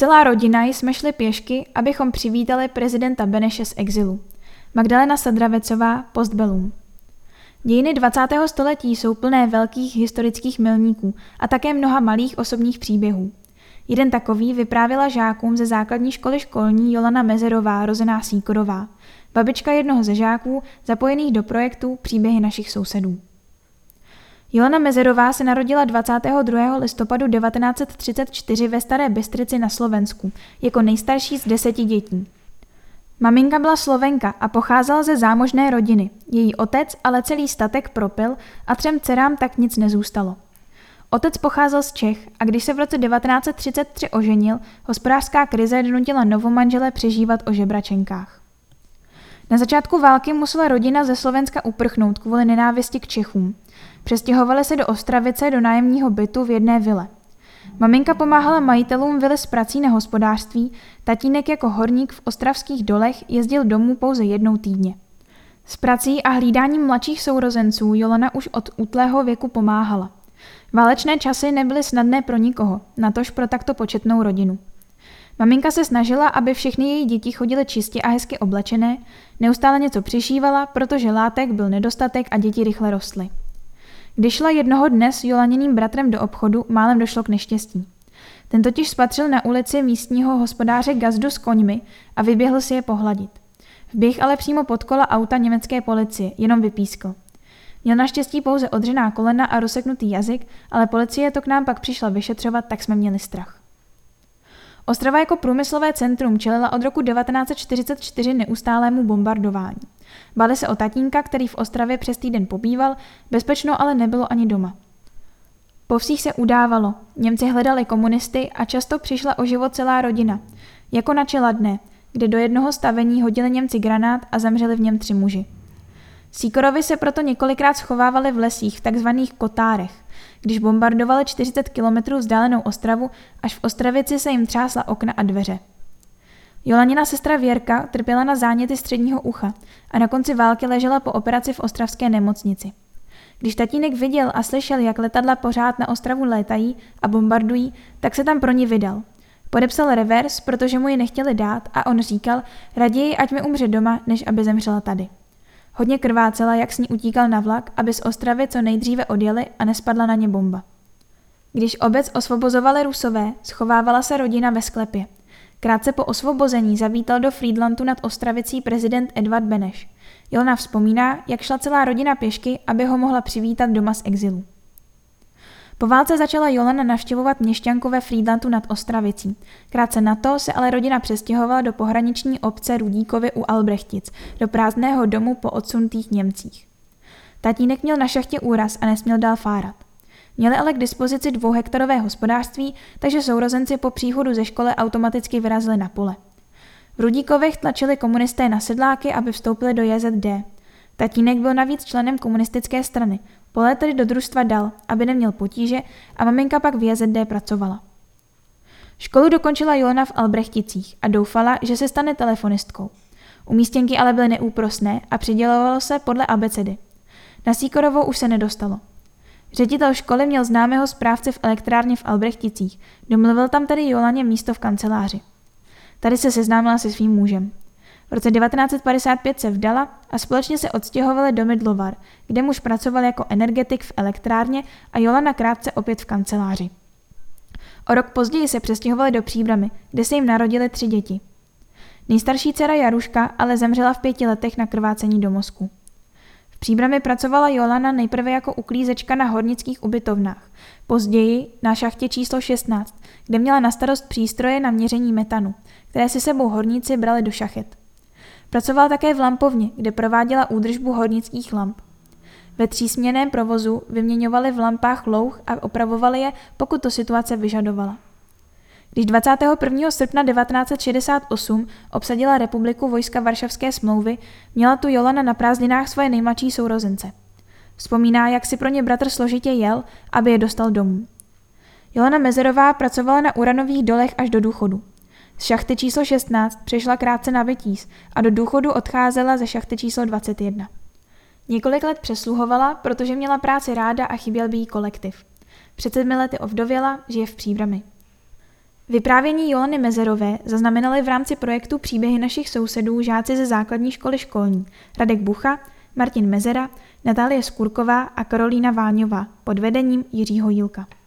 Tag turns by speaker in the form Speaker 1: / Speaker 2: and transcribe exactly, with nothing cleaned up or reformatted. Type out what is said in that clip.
Speaker 1: Celá rodina jsme šli pěšky, abychom přivítali prezidenta Beneše z exilu. Magdalena Sadravecová, Postbellum. Dějiny dvacátého století jsou plné velkých historických milníků a také mnoha malých osobních příběhů. Jeden takový vyprávěla žákům ze základní školy školní Jolana Mezerová, rozená Sýkorová, babička jednoho ze žáků zapojených do projektu Příběhy našich sousedů. Jolana Mezerová se narodila dvacátého druhého listopadu devatenáct set třicet čtyři ve Staré Bystrici na Slovensku jako nejstarší z deseti dětí. Maminka byla Slovenka a pocházela ze zámožné rodiny. Její otec ale celý statek propil a třem dcerám tak nic nezůstalo. Otec pocházel z Čech a když se v roce devatenáct set třicet tři oženil, hospodářská krize donutila novomanžele přežívat o žebračenkách. Na začátku války musela rodina ze Slovenska uprchnout kvůli nenávisti k Čechům. Přestěhovali se do Ostravice do nájemního bytu v jedné vile. Maminka pomáhala majitelům vily s prací na hospodářství, tatínek jako horník v ostravských dolech jezdil domů pouze jednou týdně. S prací a hlídáním mladších sourozenců Jolana už od útlého věku pomáhala. Válečné časy nebyly snadné pro nikoho, natož pro takto početnou rodinu. Maminka se snažila, aby všechny její děti chodily čistě a hezky oblečené, neustále něco přišívala, protože látek byl nedostatek a děti rychle rostly. Když šla jednoho dne s Jolaniným bratrem do obchodu, málem došlo k neštěstí. Ten totiž spatřil na ulici místního hospodáře gazdu s koňmi a vyběhl si je pohladit. Vběh ale přímo pod kola auta německé policie, jenom vypískl. Měl naštěstí pouze odřená kolena a rozseknutý jazyk, ale policie to k nám pak přišla vyšetřovat, tak jsme měli strach. Ostrava jako průmyslové centrum čelila od roku devatenáct set čtyřicet čtyři neustálému bombardování. Báli se o tatínka, který v Ostravě přes týden pobýval, bezpečno ale nebylo ani doma. Po vsích se udávalo, Němci hledali komunisty a často přišla o život celá rodina, jako na Čeladné, kde do jednoho stavení hodili Němci granát a zemřeli v něm tři muži. Sýkorovi se proto několikrát schovávali v lesích, v takzvaných kotárech, když bombardovali čtyřicet kilometrů vzdálenou Ostravu, až v Ostravici se jim třásla okna a dveře. Jolanina sestra Věrka trpěla na záněty středního ucha a na konci války ležela po operaci v ostravské nemocnici. Když tatínek viděl a slyšel, jak letadla pořád na Ostravu létají a bombardují, tak se tam pro ní vydal. Podepsal revers, protože mu ji nechtěli dát a on říkal, raději ať mi umře doma, než aby zemřela tady. Hodně krvácela, jak s ní utíkal na vlak, aby z Ostravy co nejdříve odjeli a nespadla na ně bomba. Když obec osvobozovali Rusové, schovávala se rodina ve sklepě. Krátce po osvobození zavítal do Frýdlantu nad Ostravicí prezident Edvard Beneš. Jolana vzpomíná, jak šla celá rodina pěšky, aby ho mohla přivítat doma z exilu. Po válce začala Jolana navštěvovat měšťanku ve Frýdlantu nad Ostravicí. Krátce na to se ale rodina přestěhovala do pohraniční obce Rudíkovy u Albrechtic, do prázdného domu po odsunutých Němcích. Tatínek měl na šachtě úraz a nesměl dál fárat. Měli ale k dispozici dvouhektarové hospodářství, takže sourozenci po příchodu ze školy automaticky vyrazili na pole. V Rudíkovech tlačili komunisté na sedláky, aby vstoupili do J Z D. Tatínek byl navíc členem komunistické strany, pole tedy do družstva dal, aby neměl potíže, a maminka pak v J Z D pracovala. Školu dokončila Jolana v Albrechticích a doufala, že se stane telefonistkou. Umístěnky ale byly neúprosné a přidělovalo se podle abecedy. Na Sýkorovou už se nedostalo. Ředitel školy měl známého správce v elektrárně v Albrechticích, domluvil tam tedy Jolaně místo v kanceláři. Tady se seznámila se svým mužem. V roce devatenáct set padesát pět se vdala a společně se odstěhovali do Midlovar, kde muž pracoval jako energetik v elektrárně a Jolana krátce opět v kanceláři. O rok později se přestěhovali do Příbrami, kde se jim narodily tři děti. Nejstarší dcera Jaruška ale zemřela v pěti letech na krvácení do mozku. V Příbrami pracovala Jolana nejprve jako uklízečka na hornických ubytovnách, později na šachtě číslo šestnáct, kde měla na starost přístroje na měření metanu, které si sebou horníci brali do šachet. Pracovala také v lampovně, kde prováděla údržbu hornických lamp. Ve třísměnném provozu vyměňovali v lampách louh a opravovali je, pokud to situace vyžadovala. Když dvacátého prvního srpna devatenáct set šedesát osm obsadila republiku vojska Varšavské smlouvy, měla tu Jolana na prázdninách svoje nejmladší sourozence. Vzpomíná, jak si pro ně bratr složitě jel, aby je dostal domů. Jolana Mezerová pracovala na uranových dolech až do důchodu. Z šachty číslo šestnáct přešla krátce na Vytíz a do důchodu odcházela ze šachty číslo dvacet jedna. Několik let přesluhovala, protože měla práci ráda a chyběl by jí kolektiv. Před sedmi lety ovdověla, žije v Příbrami. Vyprávění Jolany Mezerové zaznamenali v rámci projektu Příběhy našich sousedů žáci ze základní školy školní Radek Bucha, Martin Mezera, Natálie Skurková a Karolína Váňová pod vedením Jiřího Jílka.